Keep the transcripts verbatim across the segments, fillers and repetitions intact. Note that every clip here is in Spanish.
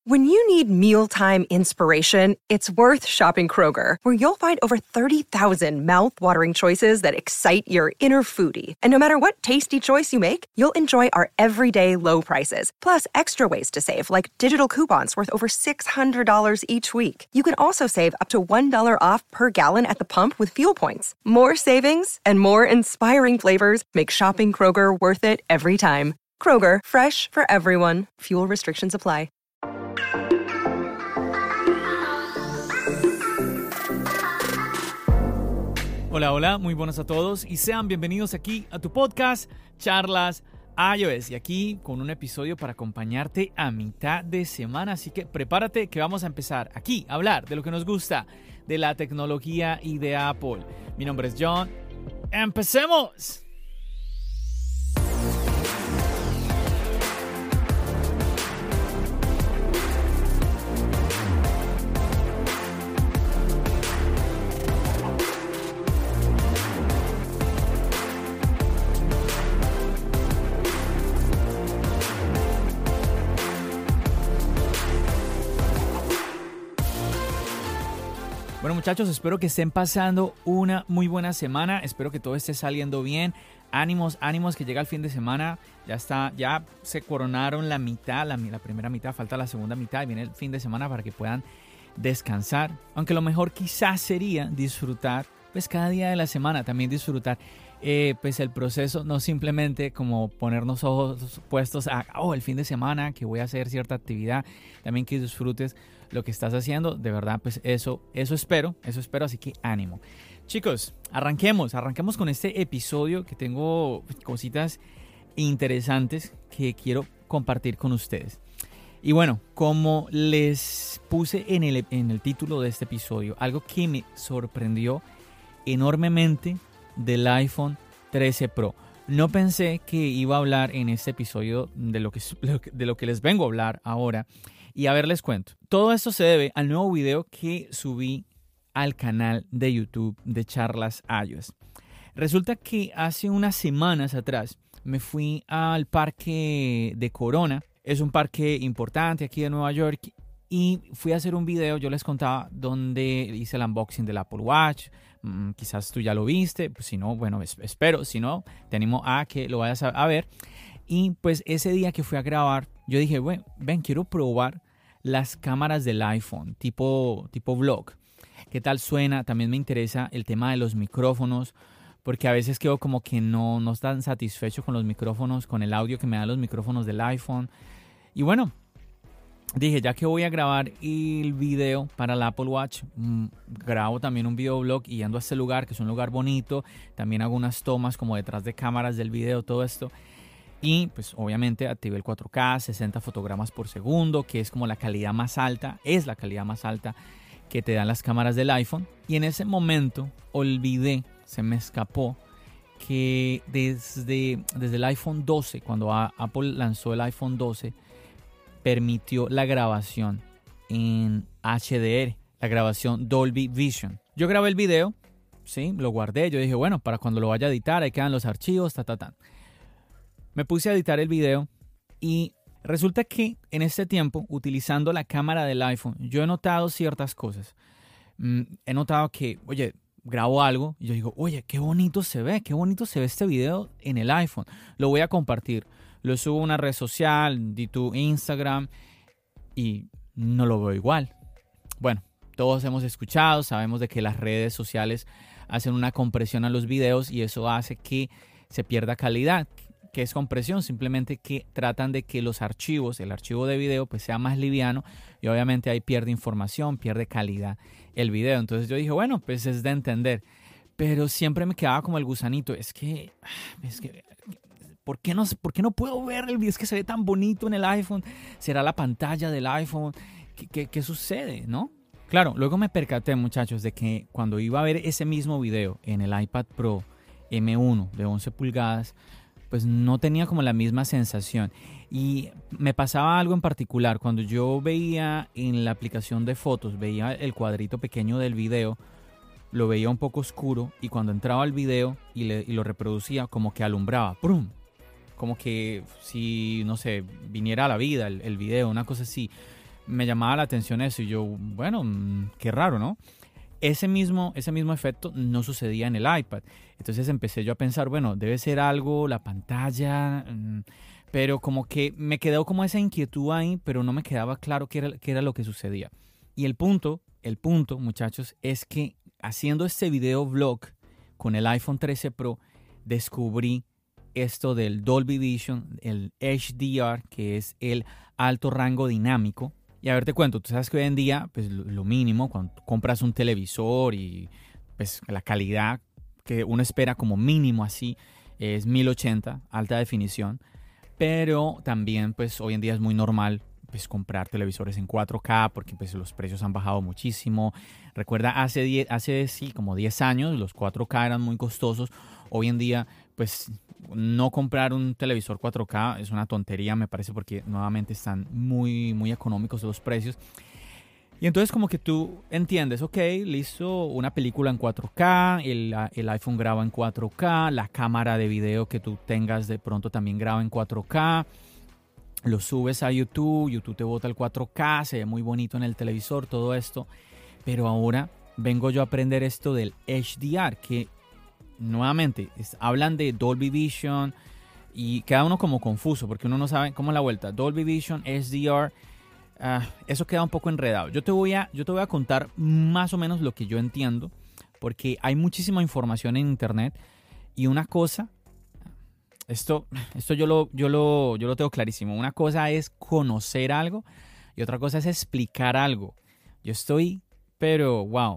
When you need mealtime inspiration, it's worth shopping Kroger, where you'll find over thirty thousand mouth-watering choices that excite your inner foodie. And no matter what tasty choice you make, you'll enjoy our everyday low prices, plus extra ways to save, like digital coupons worth over six hundred dollars each week. You can also save up to one dollar off per gallon at the pump with fuel points. More savings and more inspiring flavors make shopping Kroger worth it every time. Kroger, fresh for everyone. Fuel restrictions apply. Hola, hola, muy buenos a todos y sean bienvenidos aquí a tu podcast Charlas iOS, y aquí con un episodio para acompañarte a mitad de semana, así que prepárate que vamos a empezar aquí a hablar de lo que nos gusta de la tecnología y de Apple. Mi nombre es John. ¡Empecemos! Bueno, muchachos, espero que estén pasando una muy buena semana. Espero que todo esté saliendo bien. Ánimos, ánimos, que llega el fin de semana. Ya está, ya se coronaron la mitad, la, la primera mitad, falta la segunda mitad y viene el fin de semana para que puedan descansar. Aunque lo mejor quizás sería disfrutar, pues cada día de la semana, también disfrutar eh, pues el proceso, no simplemente como ponernos ojos puestos a, oh, el fin de semana que voy a hacer cierta actividad. También que disfrutes lo que estás haciendo, de verdad, pues eso, eso espero, eso espero, así que ánimo. Chicos, arranquemos, arranquemos con este episodio que tengo cositas interesantes que quiero compartir con ustedes. Y bueno, como les puse en el, en el título de este episodio, algo que me sorprendió enormemente del iPhone trece Pro. No pensé que iba a hablar en este episodio de lo que, de lo que les vengo a hablar ahora. Y a ver, les cuento. Todo esto se debe al nuevo video que subí al canal de YouTube de Charlas iOS. Resulta que hace unas semanas atrás me fui al parque de Corona. Es un parque importante aquí de Nueva York. Y fui a hacer un video, yo les contaba, donde hice el unboxing del Apple Watch. Mm, quizás tú ya lo viste. Pues si no, bueno, espero. Si no, te animo a que lo vayas a ver. Y pues ese día que fui a grabar, yo dije, bueno, ven, quiero probar las cámaras del iPhone, tipo, tipo vlog. ¿Qué tal suena? También me interesa el tema de los micrófonos, porque a veces quedo como que no, no tan satisfecho con los micrófonos, con el audio que me dan los micrófonos del iPhone. Y bueno, dije, ya que voy a grabar el video para el Apple Watch, mmm, grabo también un videoblog y ando a este lugar, que es un lugar bonito. También hago unas tomas como detrás de cámaras del video, todo esto. Y pues obviamente activé el cuatro K, sesenta fotogramas por segundo, que es como la calidad más alta, es la calidad más alta que te dan las cámaras del iPhone. Y en ese momento olvidé, se me escapó, que desde, desde el iPhone doce, cuando Apple lanzó el iPhone doce, permitió la grabación en H D R, la grabación Dolby Vision. Yo grabé el video, sí, lo guardé, yo dije, bueno, para cuando lo vaya a editar, ahí quedan los archivos, ta, ta, ta. Me puse a editar el video y resulta que en este tiempo, utilizando la cámara del iPhone, yo he notado ciertas cosas. Mm, he notado que, oye, grabo algo y yo digo, oye, qué bonito se ve, qué bonito se ve este video en el iPhone. Lo voy a compartir. Lo subo a una red social, di tu Instagram, y no lo veo igual. Bueno, todos hemos escuchado, sabemos de que las redes sociales hacen una compresión a los videos y eso hace que se pierda calidad. ¿Qué es compresión? Simplemente que tratan de que los archivos, el archivo de video, pues sea más liviano y obviamente ahí pierde información, pierde calidad el video. Entonces yo dije, bueno, pues es de entender. Pero siempre me quedaba como el gusanito. Es que, es que ¿por qué no, por qué no puedo ver el video? Es que se ve tan bonito en el iPhone. ¿Será la pantalla del iPhone? ¿Qué, qué, qué sucede, no? Claro, luego me percaté, muchachos, de que cuando iba a ver ese mismo video en el iPad Pro eme uno de once pulgadas, pues no tenía como la misma sensación. Y me pasaba algo en particular. Cuando yo veía en la aplicación de fotos, veía el cuadrito pequeño del video, lo veía un poco oscuro, y cuando entraba al video y, le, y lo reproducía, como que alumbraba. ¡Prum! Como que si, no sé, viniera a la vida el, el video, una cosa así. me llamaba la atención eso y yo, bueno, qué raro, ¿no? Ese mismo, ese mismo efecto no sucedía en el iPad. Entonces empecé yo a pensar, bueno, debe ser algo, la pantalla, pero como que me quedó como esa inquietud ahí, pero no me quedaba claro qué era, qué era lo que sucedía. Y el punto, el punto, muchachos, es que haciendo este video vlog con el iPhone trece Pro, descubrí esto del Dolby Vision, el H D R, que es el alto rango dinámico. Y a ver, te cuento, tú sabes que hoy en día, pues lo mínimo, cuando compras un televisor y pues la calidad que uno espera como mínimo así es mil ochenta, alta definición. Pero también, pues hoy en día es muy normal pues comprar televisores en cuatro K porque pues los precios han bajado muchísimo. Recuerda, hace, diez, hace sí, como diez años los cuatro K eran muy costosos. Hoy en día, pues no comprar un televisor cuatro K es una tontería, me parece, porque nuevamente están muy, muy económicos los precios. Y entonces como que tú entiendes, ok, listo, una película en cuatro K, el, el iPhone graba en cuatro K, la cámara de video que tú tengas de pronto también graba en cuatro K, lo subes a YouTube, YouTube te bota el cuatro K, se ve muy bonito en el televisor, todo esto. Pero ahora vengo yo a aprender esto del H D R, que nuevamente es, hablan de Dolby Vision y queda uno como confuso porque uno no sabe cómo es la vuelta. Dolby Vision, H D R, uh, eso queda un poco enredado. Yo te, voy a, yo te voy a contar más o menos lo que yo entiendo, porque hay muchísima información en internet y una cosa, esto, esto yo, lo, yo, lo, yo lo tengo clarísimo. Una cosa es conocer algo y otra cosa es explicar algo. Yo estoy, pero wow.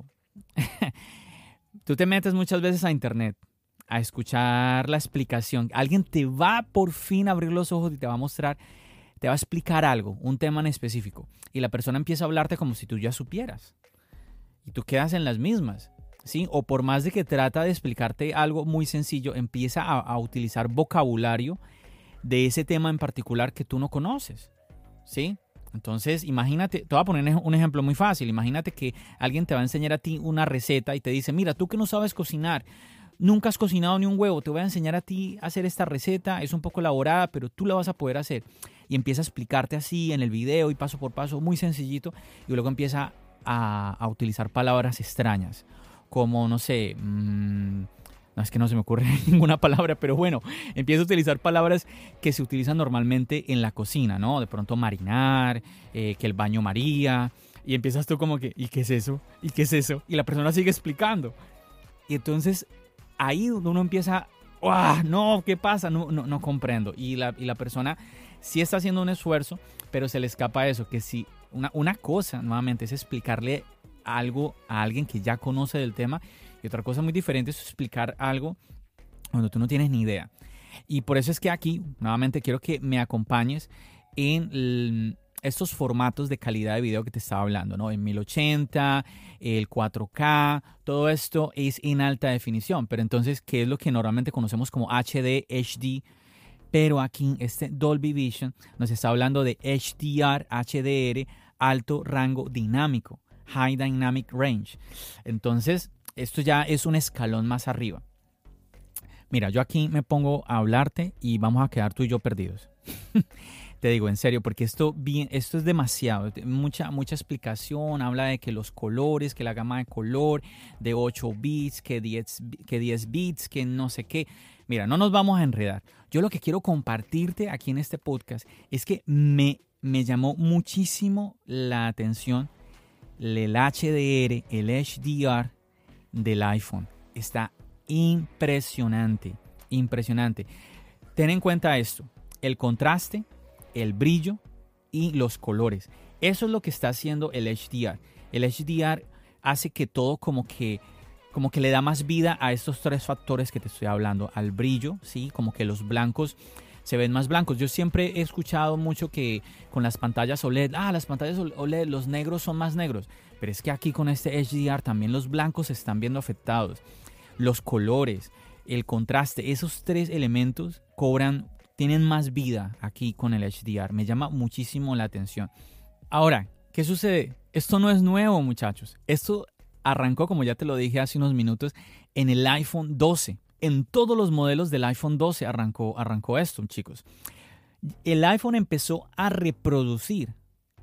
Tú te metes muchas veces a internet a escuchar la explicación. Alguien te va por fin a abrir los ojos y te va a mostrar, te va a explicar algo, un tema en específico. Y la persona empieza a hablarte como si tú ya supieras. Y tú quedas en las mismas, ¿sí? O por más de que trata de explicarte algo muy sencillo, empieza a, a utilizar vocabulario de ese tema en particular que tú no conoces, ¿sí? Entonces, imagínate, te voy a poner un ejemplo muy fácil. Imagínate que alguien te va a enseñar a ti una receta y te dice, mira, tú que no sabes cocinar, nunca has cocinado ni un huevo, te voy a enseñar a ti a hacer esta receta, es un poco elaborada, pero tú la vas a poder hacer. Y empieza a explicarte así en el video y paso por paso, muy sencillito, y luego empieza a, a utilizar palabras extrañas, como, no sé, mmm, no es que no se me ocurre ninguna palabra, pero bueno, empieza a utilizar palabras que se utilizan normalmente en la cocina, ¿no? De pronto marinar, eh, que el baño María, y empiezas tú como que, ¿y qué es eso? ¿Y qué es eso? Y la persona sigue explicando. Y entonces ahí uno empieza, ¡ah! No, ¿qué pasa? No, no, no comprendo. Y la, y la persona sí está haciendo un esfuerzo, pero se le escapa eso, que si una, una cosa, nuevamente, es explicarle algo a alguien que ya conoce del tema, y otra cosa muy diferente es explicar algo cuando tú no tienes ni idea. Y por eso es que aquí, nuevamente, quiero que me acompañes en el, estos formatos de calidad de video que te estaba hablando, ¿no? En mil ochenta, el cuatro K, todo esto es en alta definición. Pero entonces, ¿qué es lo que normalmente conocemos como H D, H D? Pero aquí, este Dolby Vision nos está hablando de H D R, H D R, alto rango dinámico, High Dynamic Range. Entonces, esto ya es un escalón más arriba. Mira, yo aquí me pongo a hablarte y vamos a quedar tú y yo perdidos. Te digo en serio, porque esto, bien, esto es demasiado. Mucha, mucha explicación. Habla de que los colores, que la gama de color, de ocho bits, que diez, que diez bits, que no sé qué. Mira, no nos vamos a enredar. Yo lo que quiero compartirte aquí en este podcast es que me, me llamó muchísimo la atención el H D R, el H D R del iPhone. Está impresionante, impresionante. Ten en cuenta esto, el contraste, el brillo y los colores. Eso es lo que está haciendo el H D R. El H D R hace que todo como que, como que le da más vida a estos tres factores que te estoy hablando. Al brillo, ¿sí? Como que los blancos se ven más blancos. Yo siempre he escuchado mucho que con las pantallas O L E D, ah, las pantallas O L E D, los negros son más negros. Pero es que aquí con este H D R también los blancos se están viendo afectados. Los colores, el contraste, esos tres elementos cobran, tienen más vida aquí con el H D R. Me llama muchísimo la atención. Ahora, ¿qué sucede? Esto no es nuevo, muchachos. Esto arrancó, como ya te lo dije hace unos minutos, en el iPhone doce. En todos los modelos del iPhone doce arrancó, arrancó esto, chicos. El iPhone empezó a reproducir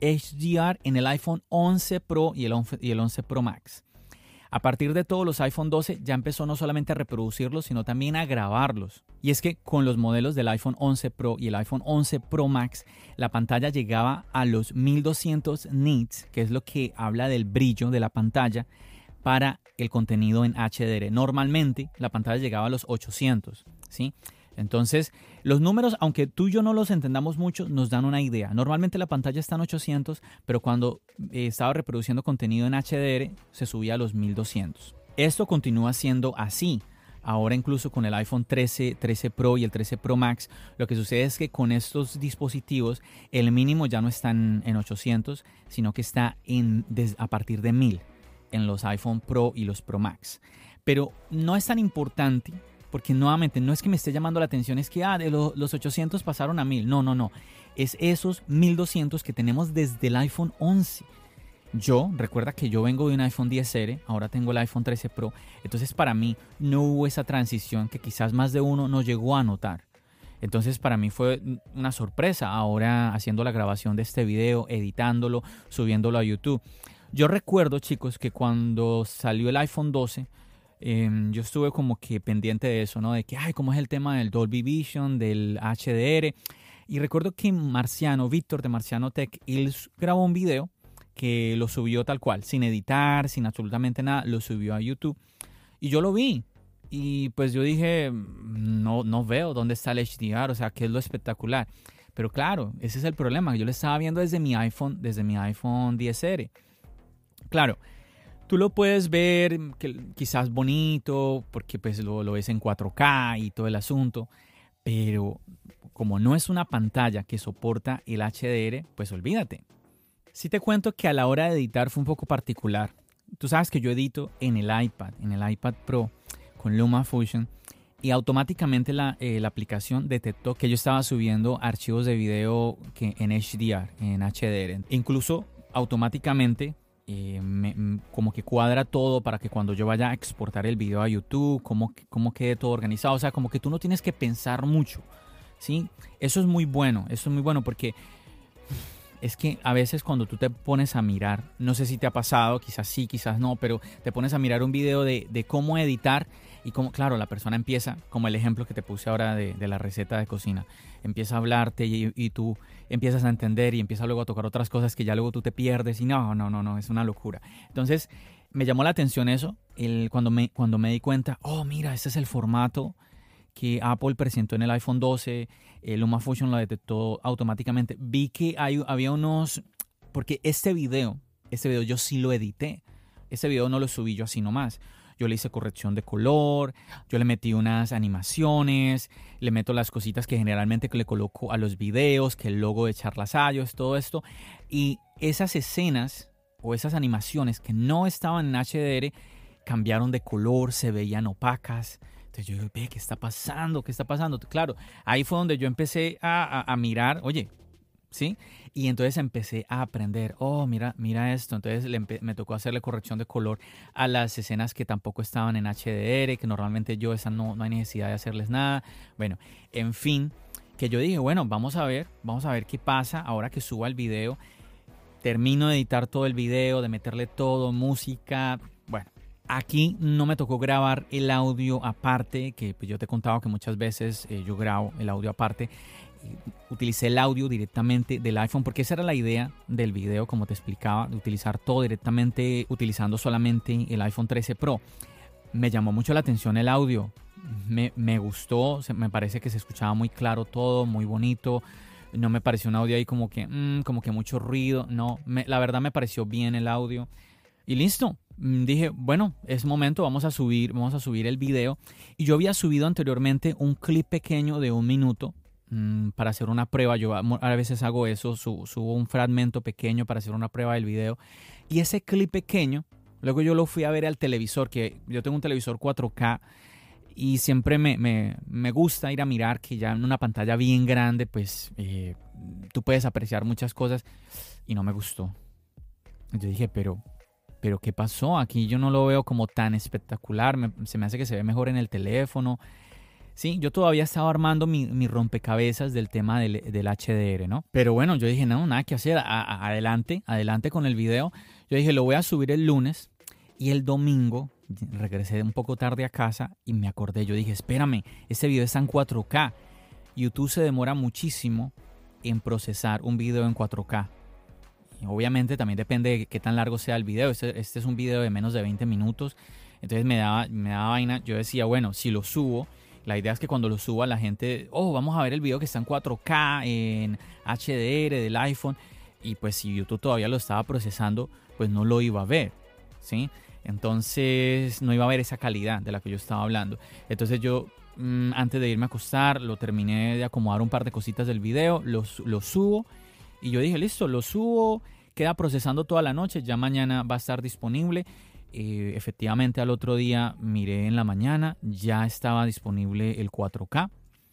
H D R en el iPhone once Pro y el once, y el once Pro Max. A partir de todos los iPhone doce ya empezó no solamente a reproducirlos, sino también a grabarlos. Y es que con los modelos del iPhone once Pro y el iPhone once Pro Max, la pantalla llegaba a los mil doscientos nits, que es lo que habla del brillo de la pantalla para el contenido en H D R. Normalmente la pantalla llegaba a los ochocientos, ¿sí? Entonces, los números, aunque tú y yo no los entendamos mucho, nos dan una idea. Normalmente la pantalla está en ochocientos, pero cuando eh, estaba reproduciendo contenido en H D R, se subía a los mil doscientos. Esto continúa siendo así. Ahora incluso con el iPhone trece, trece Pro y el trece Pro Max, lo que sucede es que con estos dispositivos, el mínimo ya no está en, en ochocientos, sino que está en, des, a partir de mil en los iPhone Pro y los Pro Max. Pero no es tan importante. Porque nuevamente no es que me esté llamando la atención, es que ah, de lo, los ochocientos pasaron a mil. No, no, no. Es esos mil doscientos que tenemos desde el iPhone once. Yo, recuerda que yo vengo de un iPhone diez R, ahora tengo el iPhone trece Pro. Entonces para mí no hubo esa transición que quizás más de uno no llegó a notar. Entonces para mí fue una sorpresa ahora haciendo la grabación de este video, editándolo, subiéndolo a YouTube. Yo recuerdo, chicos, que cuando salió el iPhone doce... Eh, yo estuve como que pendiente de eso, ¿no? De que, ay, ¿cómo es el tema del Dolby Vision, del H D R? Y recuerdo que Marciano, Víctor de Marciano Tech, él grabó un video que lo subió tal cual, sin editar, sin absolutamente nada, lo subió a YouTube. Y yo lo vi. Y pues yo dije, no, no veo dónde está el H D R, o sea, qué es lo espectacular. Pero claro, ese es el problema. Yo lo estaba viendo desde mi iPhone, desde mi iPhone diez R. Claro. Tú lo puedes ver que, quizás bonito porque pues lo, lo ves en cuatro K y todo el asunto, pero como no es una pantalla que soporta el H D R, pues olvídate. Sí te cuento que a la hora de editar fue un poco particular. Tú sabes que yo edito en el iPad, en el iPad Pro con LumaFusion y automáticamente la, eh, la aplicación detectó que yo estaba subiendo archivos de video que en H D R, en H D R. Incluso automáticamente Eh, me, como que cuadra todo para que cuando yo vaya a exportar el video a YouTube, como, como quede todo organizado. O sea, como que tú no tienes que pensar mucho, ¿sí? Eso es muy bueno, eso es muy bueno porque es que a veces cuando tú te pones a mirar, no sé si te ha pasado, quizás sí, quizás no, pero te pones a mirar un video de, de cómo editar y cómo, claro, la persona empieza, como el ejemplo que te puse ahora de, de la receta de cocina, empieza a hablarte y, y tú empiezas a entender y empieza luego a tocar otras cosas que ya luego tú te pierdes y no, no, no, no, es una locura. Entonces me llamó la atención eso, el, cuando, me, cuando me di cuenta, oh, mira, este es el formato que Apple presentó en el iPhone doce, el LumaFusion lo detectó automáticamente. Vi que hay, había unos, porque este video, este video yo sí lo edité, este video no lo subí yo así nomás. Yo le hice corrección de color, yo le metí unas animaciones, le meto las cositas que generalmente le coloco a los videos, que el logo de Charlas Ayos, todo esto. Y esas escenas o esas animaciones que no estaban en H D R cambiaron de color, se veían opacas. Entonces yo dije, ¿qué está pasando? ¿Qué está pasando? Claro, ahí fue donde yo empecé a, a, a mirar, oye, ¿sí? Y entonces empecé a aprender, oh, mira, mira esto. Entonces le me tocó hacerle corrección de color a las escenas que tampoco estaban en H D R, que normalmente yo esa no, no hay necesidad de hacerles nada. Bueno, en fin, que yo dije, bueno, vamos a ver, vamos a ver qué pasa ahora que suba el video. Termino de editar todo el video, de meterle todo, música, bueno. Aquí no me tocó grabar el audio aparte, que pues yo te he contado que muchas veces eh, yo grabo el audio aparte. Utilicé el audio directamente del iPhone porque esa era la idea del video, como te explicaba, de utilizar todo directamente utilizando solamente el iPhone trece Pro. Me llamó mucho la atención el audio, me, me gustó, me parece que se escuchaba muy claro todo, muy bonito. No me pareció un audio ahí como que, mmm, como que mucho ruido, no, me, la verdad me pareció bien el audio. Y listo, dije, bueno, es momento, vamos a subir, vamos a subir el video. Y yo había subido anteriormente un clip pequeño de un minuto mmm, para hacer una prueba. Yo a veces hago eso, subo, subo un fragmento pequeño para hacer una prueba del video. Y ese clip pequeño, luego yo lo fui a ver al televisor, que yo tengo un televisor cuatro K y siempre me, me, me gusta ir a mirar que ya en una pantalla bien grande, pues eh, tú puedes apreciar muchas cosas y no me gustó. Yo dije, pero... Pero ¿qué pasó? Aquí yo no lo veo como tan espectacular. Me, se me hace que se ve mejor en el teléfono. Sí, yo todavía estaba armando mi, mi rompecabezas del tema del, del H D R, ¿no? Pero bueno, yo dije, no, nada que hacer, a, a, adelante, adelante con el video. Yo dije, lo voy a subir el lunes y el domingo regresé un poco tarde a casa y me acordé, yo dije, espérame, este video está en cuatro K. YouTube se demora muchísimo en procesar un video en cuatro K. Y obviamente también depende de qué tan largo sea el video. Este, este es un video de menos de veinte minutos. Entonces me daba, me daba vaina. Yo decía, bueno, si lo subo, la idea es que cuando lo suba la gente, oh, vamos a ver el video que está en cuatro K, en H D R del iPhone. Y pues si YouTube todavía lo estaba procesando, pues no lo iba a ver, ¿sí? Entonces no iba a ver esa calidad de la que yo estaba hablando. Entonces yo, mmm, antes de irme a acostar, lo terminé de acomodar un par de cositas del video, lo, lo subo. Y yo dije, listo, lo subo, queda procesando toda la noche, ya mañana va a estar disponible. Eh, efectivamente al otro día miré en la mañana, ya estaba disponible el cuatro K.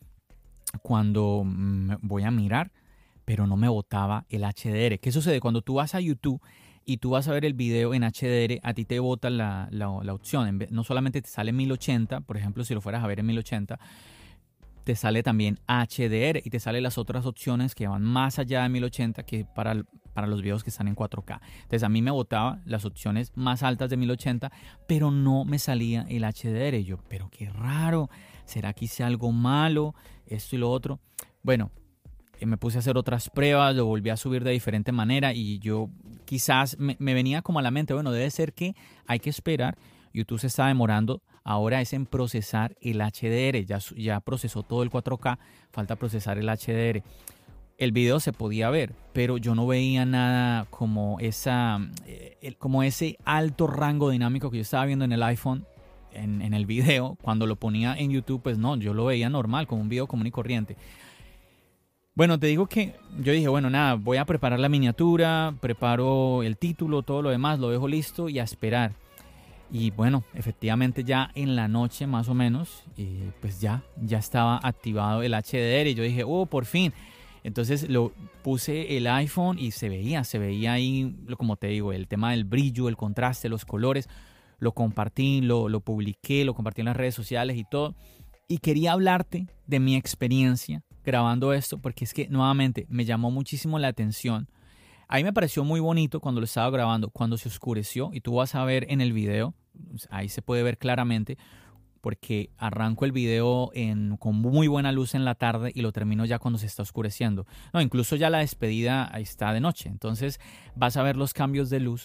Cuando mm, voy a mirar, pero no me botaba el H D R. ¿Qué sucede? Cuando tú vas a YouTube y tú vas a ver el video en H D R, a ti te bota la, la, la opción. En vez, no solamente te sale mil ochenta, por ejemplo, si lo fueras a ver en mil ochenta, te sale también H D R y te salen las otras opciones que van más allá de mil ochenta que para, para los videos que están en cuatro K. Entonces a mí me botaba las opciones más altas de mil ochenta, pero no me salía el H D R. Y yo, pero qué raro, ¿será que hice algo malo? Esto y lo otro. Bueno, eh, me puse a hacer otras pruebas, lo volví a subir de diferente manera y yo quizás me, me venía como a la mente, bueno, debe ser que hay que esperar. YouTube se está demorando. Ahora es en procesar el H D R. Ya, ya procesó todo el cuatro K. Falta procesar el H D R. El video se podía ver, pero yo no veía nada como, esa, eh, como ese alto rango dinámico que yo estaba viendo en el iPhone, en, en el video. Cuando lo ponía en YouTube, pues no, yo lo veía normal, como un video común y corriente. Bueno, te digo que yo dije, bueno, nada, voy a preparar la miniatura, preparo el título, todo lo demás, lo dejo listo y a esperar. Y bueno, efectivamente ya en la noche más o menos, eh, pues ya, ya estaba activado el H D R y yo dije, oh, por fin. Entonces lo puse el iPhone y se veía, se veía ahí, como te digo, el tema del brillo, el contraste, los colores. Lo compartí, lo, lo publiqué, lo compartí en las redes sociales y todo. Y quería hablarte de mi experiencia grabando esto porque es que nuevamente me llamó muchísimo la atención. A mí me pareció muy bonito cuando lo estaba grabando, cuando se oscureció y tú vas a ver en el video, ahí se puede ver claramente porque arranco el video en, con muy buena luz en la tarde y lo termino ya cuando se está oscureciendo. No, incluso ya la despedida ahí está de noche, entonces vas a ver los cambios de luz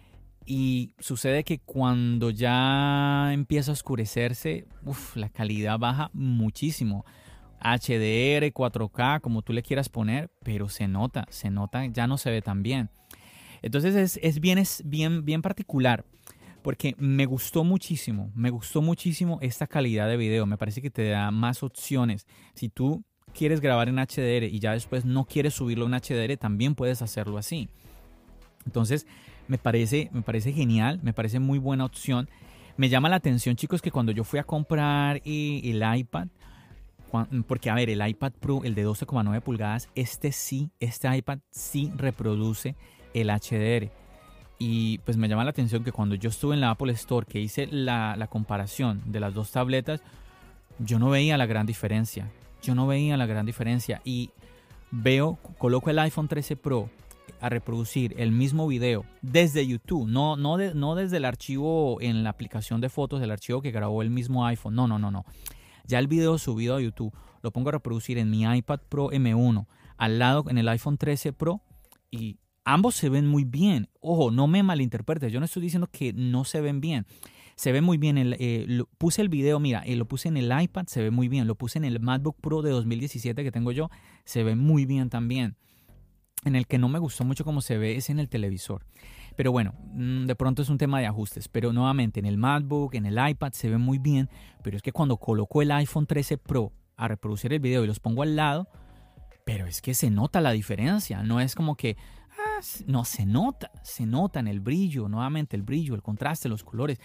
y sucede que cuando ya empieza a oscurecerse, uf, la calidad baja muchísimo. H D R, cuatro K, como tú le quieras poner, pero se nota, se nota, ya no se ve tan bien. Entonces es, es, bien, es bien, bien particular porque me gustó muchísimo, me gustó muchísimo esta calidad de video. Me parece que te da más opciones. Si tú quieres grabar en H D R y ya después no quieres subirlo en H D R, también puedes hacerlo así. Entonces me parece, me parece genial, me parece muy buena opción. Me llama la atención, chicos, que cuando yo fui a comprar eh, el iPad, porque a ver, el iPad Pro, el de doce coma nueve pulgadas, este sí, este iPad sí reproduce el H D R. Y pues me llama la atención que cuando yo estuve en la Apple Store, que hice la, la comparación de las dos tabletas, yo no veía la gran diferencia. Yo no veía la gran diferencia. Y veo, coloco el iPhone trece Pro a reproducir el mismo video desde YouTube, no, no, de, no desde el archivo en la aplicación de fotos, el archivo que grabó el mismo iPhone. No, no, no, no. Ya el video subido a YouTube lo pongo a reproducir en mi iPad Pro M uno, al lado en el iPhone trece Pro y ambos se ven muy bien. Ojo, no me malinterpretes, yo no estoy diciendo que no se ven bien. Se ve muy bien. El, eh, lo, puse el video, mira, eh, lo puse en el iPad, se ve muy bien. Lo puse en el MacBook Pro de dos mil diecisiete que tengo yo, se ve muy bien también. En el que no me gustó mucho cómo se ve es en el televisor. Pero bueno, de pronto es un tema de ajustes. Pero nuevamente en el MacBook, en el iPad se ve muy bien. Pero es que cuando coloco el iPhone trece Pro a reproducir el video y los pongo al lado, pero es que se nota la diferencia. No es como que, ah, no, se nota, se nota en el brillo, nuevamente el brillo, el contraste, los colores.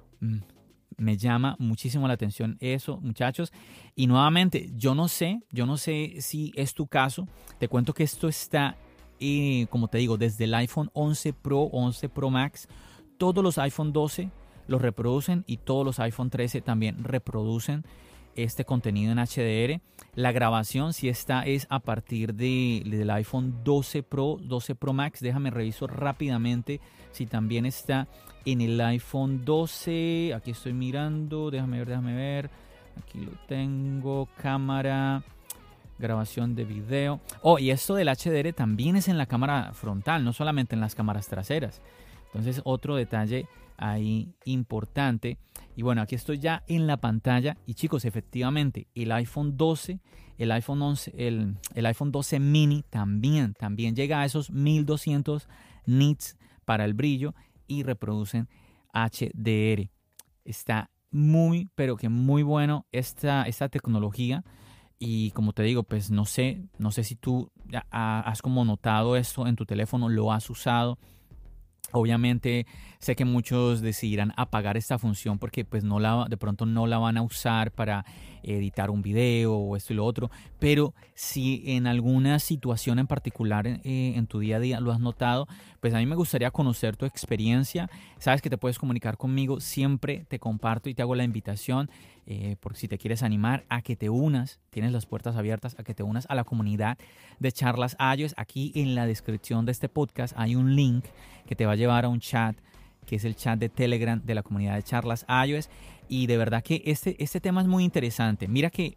Me llama muchísimo la atención eso, muchachos. Y nuevamente, yo no sé, yo no sé si es tu caso. Te cuento que esto está, eh, como te digo, desde el iPhone once Pro, once Pro Max. Todos los iPhone doce los reproducen y todos los iPhone trece también reproducen este contenido en H D R. La grabación sí está es a partir de, del iPhone doce Pro, doce Pro Max. Déjame reviso rápidamente si también está en el iPhone doce. Aquí estoy mirando, déjame ver, déjame ver. Aquí lo tengo, cámara, grabación de video. Oh, y esto del H D R también es en la cámara frontal, no solamente en las cámaras traseras. Entonces, otro detalle ahí importante. Y bueno, aquí estoy ya en la pantalla. Y chicos, efectivamente, el iPhone doce, el iPhone once, el, el iPhone doce mini también, también llega a esos mil doscientos nits para el brillo y reproducen H D R. Está muy, pero que muy bueno esta, esta tecnología. Y como te digo, pues no sé, no sé si tú has como notado esto en tu teléfono, lo has usado. Obviamente sé que muchos decidirán apagar esta función porque pues no la, de pronto no la van a usar para editar un video o esto y lo otro, pero si en alguna situación en particular eh, en tu día a día lo has notado, pues a mí me gustaría conocer tu experiencia. Sabes que te puedes comunicar conmigo, siempre te comparto y te hago la invitación eh, por si te quieres animar a que te unas, tienes las puertas abiertas a que te unas a la comunidad de Charlas iOS. Aquí en la descripción de este podcast hay un link que te va a llevar a un chat, que es el chat de Telegram de la comunidad de Charlas iOS. Y de verdad que este, este tema es muy interesante. Mira que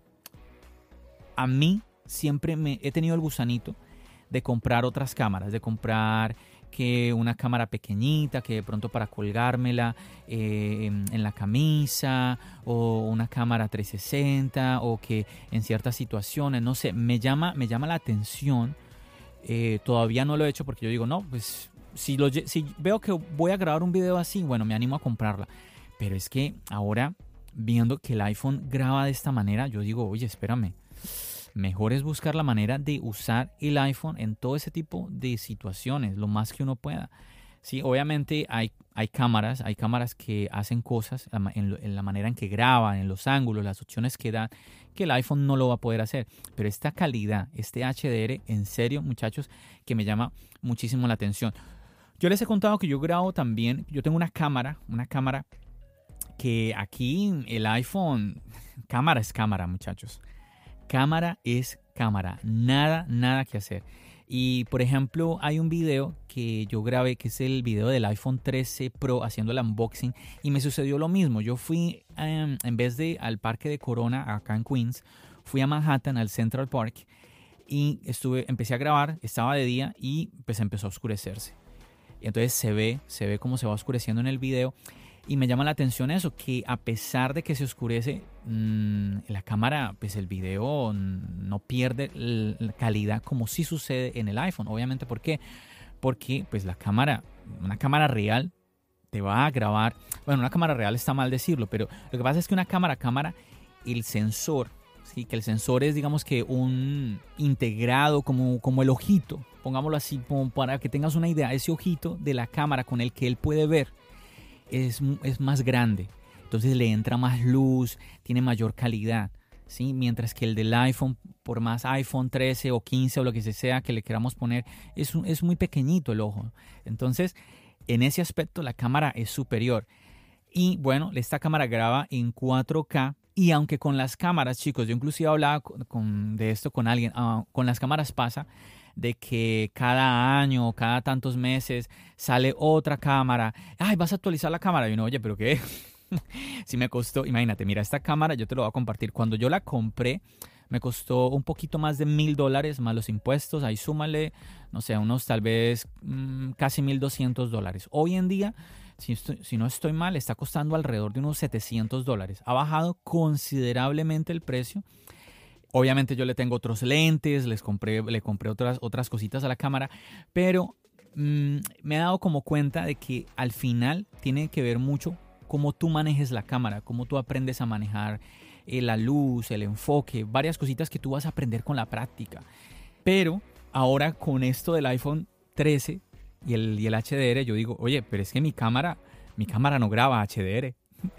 a mí siempre me he tenido el gusanito de comprar otras cámaras, de comprar que una cámara pequeñita, que de pronto para colgármela eh, en, en la camisa, o una cámara trescientos sesenta, o que en ciertas situaciones, no sé, me llama, me llama la atención. Eh, todavía no lo he hecho porque yo digo, no, pues si, lo, si veo que voy a grabar un video así, bueno, me animo a comprarla. Pero es que ahora, viendo que el iPhone graba de esta manera, yo digo, oye, espérame, mejor es buscar la manera de usar el iPhone en todo ese tipo de situaciones, lo más que uno pueda. Sí, obviamente hay, hay cámaras, hay cámaras que hacen cosas en, en la manera en que graban, en los ángulos, las opciones que dan, que el iPhone no lo va a poder hacer. Pero esta calidad, este H D R, en serio, muchachos, que me llama muchísimo la atención. Yo les he contado que yo grabo también, yo tengo una cámara, una cámara que aquí el iPhone, cámara es cámara, muchachos. Cámara es cámara, nada, nada que hacer. Y por ejemplo, hay un video que yo grabé, que es el video del iPhone trece Pro haciendo el unboxing, y me sucedió lo mismo. Yo fui, um, en vez de al parque de Corona, acá en Queens, fui a Manhattan, al Central Park, y estuve, empecé a grabar, estaba de día y pues empezó a oscurecerse. Y entonces se ve, se ve cómo se va oscureciendo en el video. Y me llama la atención eso, que a pesar de que se oscurece, mmm, la cámara, pues el video no pierde la calidad como sí sucede en el iPhone. Obviamente, ¿por qué? Porque pues la cámara, una cámara real te va a grabar. Bueno, una cámara real está mal decirlo, pero lo que pasa es que una cámara, cámara, el sensor, sí, que el sensor es, digamos que un integrado como, como el ojito, pongámoslo así, como para que tengas una idea, ese ojito de la cámara con el que él puede ver. Es, es más grande, entonces le entra más luz, tiene mayor calidad, ¿sí? Mientras que el del iPhone, por más iPhone trece o quince o lo que sea que le queramos poner, es, es muy pequeñito el ojo. Entonces, en ese aspecto la cámara es superior. Y bueno, esta cámara graba en cuatro K. Y aunque con las cámaras, chicos, yo inclusive hablaba con, con, de esto con alguien, uh, con las cámaras pasa de que cada año, cada tantos meses sale otra cámara. Ay, vas a actualizar la cámara. Y uno, oye, ¿pero qué? Si me costó, imagínate, mira, esta cámara yo te lo voy a compartir. Cuando yo la compré, me costó un poquito más de mil dólares más los impuestos. Ahí súmale, no sé, unos tal vez mmm, casi mil doscientos dólares. Hoy en día, si, estoy, si no estoy mal, está costando alrededor de unos setecientos dólares. Ha bajado considerablemente el precio. Obviamente yo le tengo otros lentes, les compré, le compré otras, otras cositas a la cámara, pero mmm, me he dado como cuenta de que al final tiene que ver mucho cómo tú manejes la cámara, cómo tú aprendes a manejar eh, la luz, el enfoque, varias cositas que tú vas a aprender con la práctica. Pero ahora con esto del iPhone trece y el, y el H D R, yo digo, oye, pero es que mi cámara, mi cámara no graba H D R.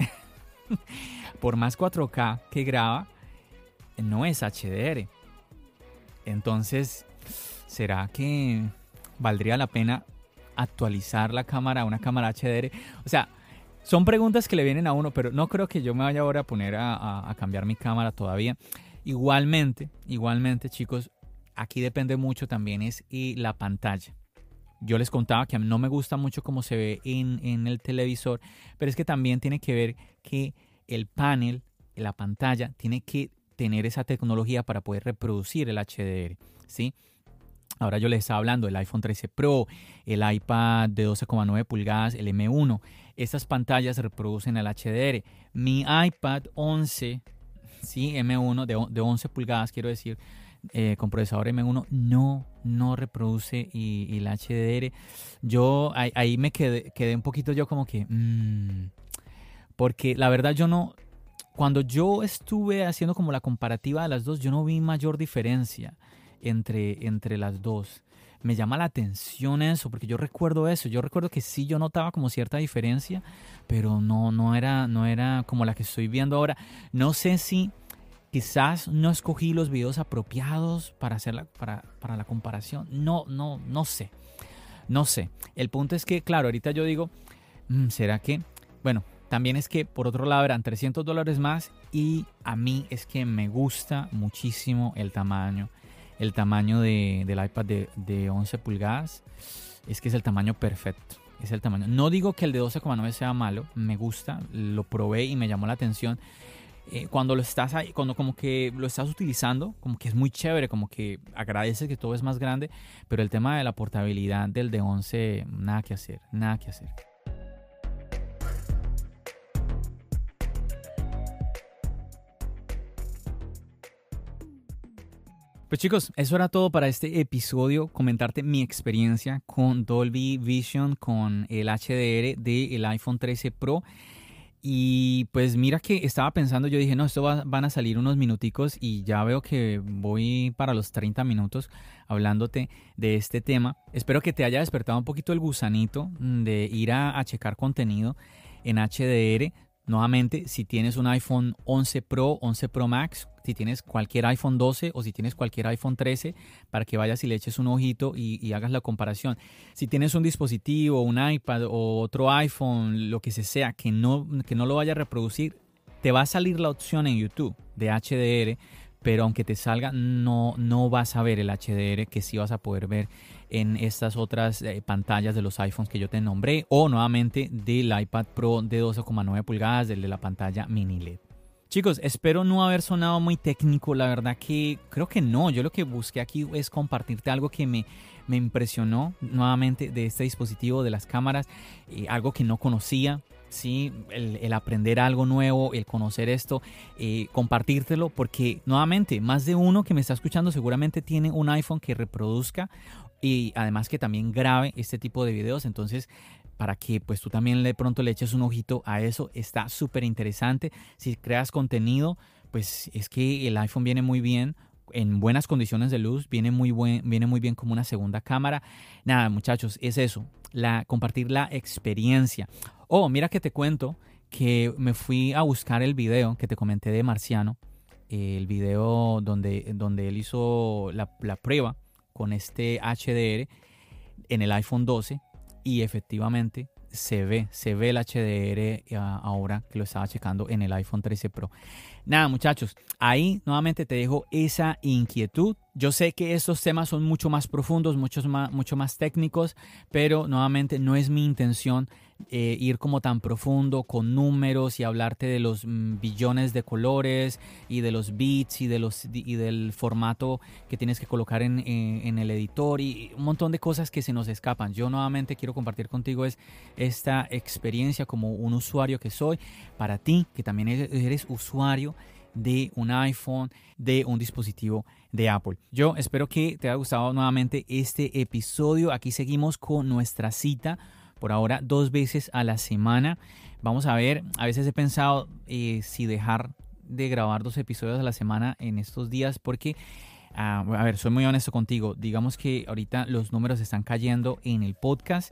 Por más cuatro K que graba, no es H D R. Entonces, ¿será que valdría la pena actualizar la cámara a una cámara H D R? O sea, Son preguntas que le vienen a uno, pero no creo que yo me vaya ahora a poner a, a, a cambiar mi cámara todavía. Igualmente, igualmente, chicos, aquí depende mucho también es y la pantalla. Yo les contaba que a mí no me gusta mucho cómo se ve en, en el televisor, pero es que también tiene que ver que el panel, la pantalla, tiene que tener esa tecnología para poder reproducir el H D R, ¿sí? Ahora yo les estaba hablando del iPhone trece Pro, el iPad de doce coma nueve pulgadas, el M uno. Estas pantallas reproducen el H D R. Mi iPad once, sí, M uno de, de once pulgadas, quiero decir, eh, con procesador M uno, no, no reproduce y, y el H D R. Yo ahí, ahí me quedé, quedé un poquito yo como que... Mmm, porque la verdad yo no... Cuando yo estuve haciendo como la comparativa de las dos, yo no vi mayor diferencia entre, entre las dos. Me llama la atención eso, porque yo recuerdo eso. Yo recuerdo que sí, yo notaba como cierta diferencia, pero no, no, era, no era como la que estoy viendo ahora. No sé si quizás no escogí los videos apropiados para, hacer la, para, para la comparación. No, no, no sé. No sé. El punto es que, claro, ahorita yo digo, ¿será que? Bueno, también es que por otro lado eran trescientos dólares más y a mí es que me gusta muchísimo el tamaño. El tamaño de, del iPad de, de once pulgadas es que es el tamaño perfecto. Es el tamaño. No digo que el de doce coma nueve sea malo, me gusta, lo probé y me llamó la atención. Eh, cuando lo estás ahí, cuando como que lo estás utilizando, como que es muy chévere, como que agradeces que todo es más grande, pero el tema de la portabilidad del de once, nada que hacer, nada que hacer. Pues chicos, eso era todo para este episodio, comentarte mi experiencia con Dolby Vision, con el H D R del iPhone trece Pro. Y pues mira que estaba pensando, yo dije, no, esto va, van a salir unos minuticos y ya veo que voy para los treinta minutos hablándote de este tema. Espero que te haya despertado un poquito el gusanito de ir a, a checar contenido en H D R. Nuevamente, si tienes un iPhone once Pro, once Pro Max, si tienes cualquier iPhone doce o si tienes cualquier iPhone trece, para que vayas y le eches un ojito y, y hagas la comparación. Si tienes un dispositivo, un iPad o otro iPhone, lo que sea, que no, que no lo vaya a reproducir, te va a salir la opción en YouTube de H D R, pero aunque te salga, no, no vas a ver el H D R que sí vas a poder ver en estas otras eh, pantallas de los iPhones que yo te nombré, o nuevamente del iPad Pro de doce coma nueve pulgadas, del de la pantalla mini L E D. Chicos, espero no haber sonado muy técnico, la verdad que creo que no. Yo lo que busqué aquí es compartirte algo que me, me impresionó nuevamente de este dispositivo, de las cámaras, eh, algo que no conocía. Sí, el, el aprender algo nuevo, el conocer esto, eh, compartírtelo, porque nuevamente más de uno que me está escuchando seguramente tiene un iPhone que reproduzca y además que también grabe este tipo de videos. Entonces, para que pues tú también de pronto le eches un ojito a eso, está súper interesante. Si creas contenido, pues es que el iPhone viene muy bien, en buenas condiciones de luz, viene muy, buen, viene muy bien como una segunda cámara. Nada, muchachos, es eso, la, compartir la experiencia. Oh, mira que te cuento que me fui a buscar el video que te comenté de Marciano, el video donde, donde él hizo la, la prueba con este H D R en el iPhone doce y efectivamente se ve, se ve el H D R ahora que lo estaba checando en el iPhone trece Pro. Nada, muchachos, ahí nuevamente te dejo esa inquietud. Yo sé que estos temas son mucho más profundos, muchos más, mucho más técnicos, pero nuevamente no es mi intención eh, ir como tan profundo con números y hablarte de los mm, billones de colores y de los bits y, de los, y del formato que tienes que colocar en, en, en el editor y un montón de cosas que se nos escapan. Yo nuevamente quiero compartir contigo es esta experiencia como un usuario que soy, para ti que también eres usuario de un iPhone, de un dispositivo de Apple. Yo espero que te haya gustado nuevamente este episodio. Aquí seguimos con nuestra cita, por ahora dos veces a la semana. Vamos a ver, a veces he pensado eh, si dejar de grabar dos episodios a la semana en estos días porque, uh, a ver, soy muy honesto contigo. Digamos que ahorita los números están cayendo en el podcast,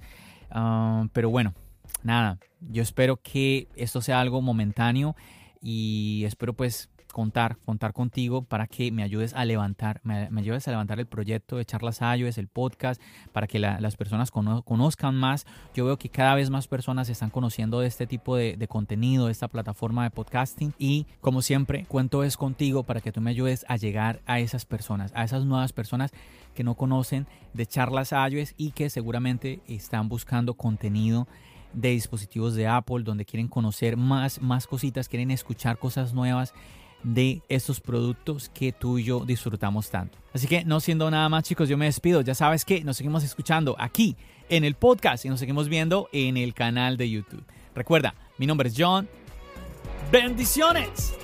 uh, pero bueno, nada, yo espero que esto sea algo momentáneo y espero pues contar, contar contigo para que me ayudes a levantar, me, me ayudes a levantar el proyecto de Charlas iOS, el podcast, para que la, las personas cono, conozcan más. Yo veo que cada vez más personas están conociendo de este tipo de, de contenido, de esta plataforma de podcasting, y como siempre, cuento es contigo para que tú me ayudes a llegar a esas personas, a esas nuevas personas que no conocen de Charlas iOS y que seguramente están buscando contenido de dispositivos de Apple, donde quieren conocer más, más cositas, quieren escuchar cosas nuevas de estos productos que tú y yo disfrutamos tanto. Así que no siendo nada más, chicos, yo me despido. Ya sabes que nos seguimos escuchando aquí en el podcast y nos seguimos viendo en el canal de YouTube. Recuerda, mi nombre es John. ¡Bendiciones!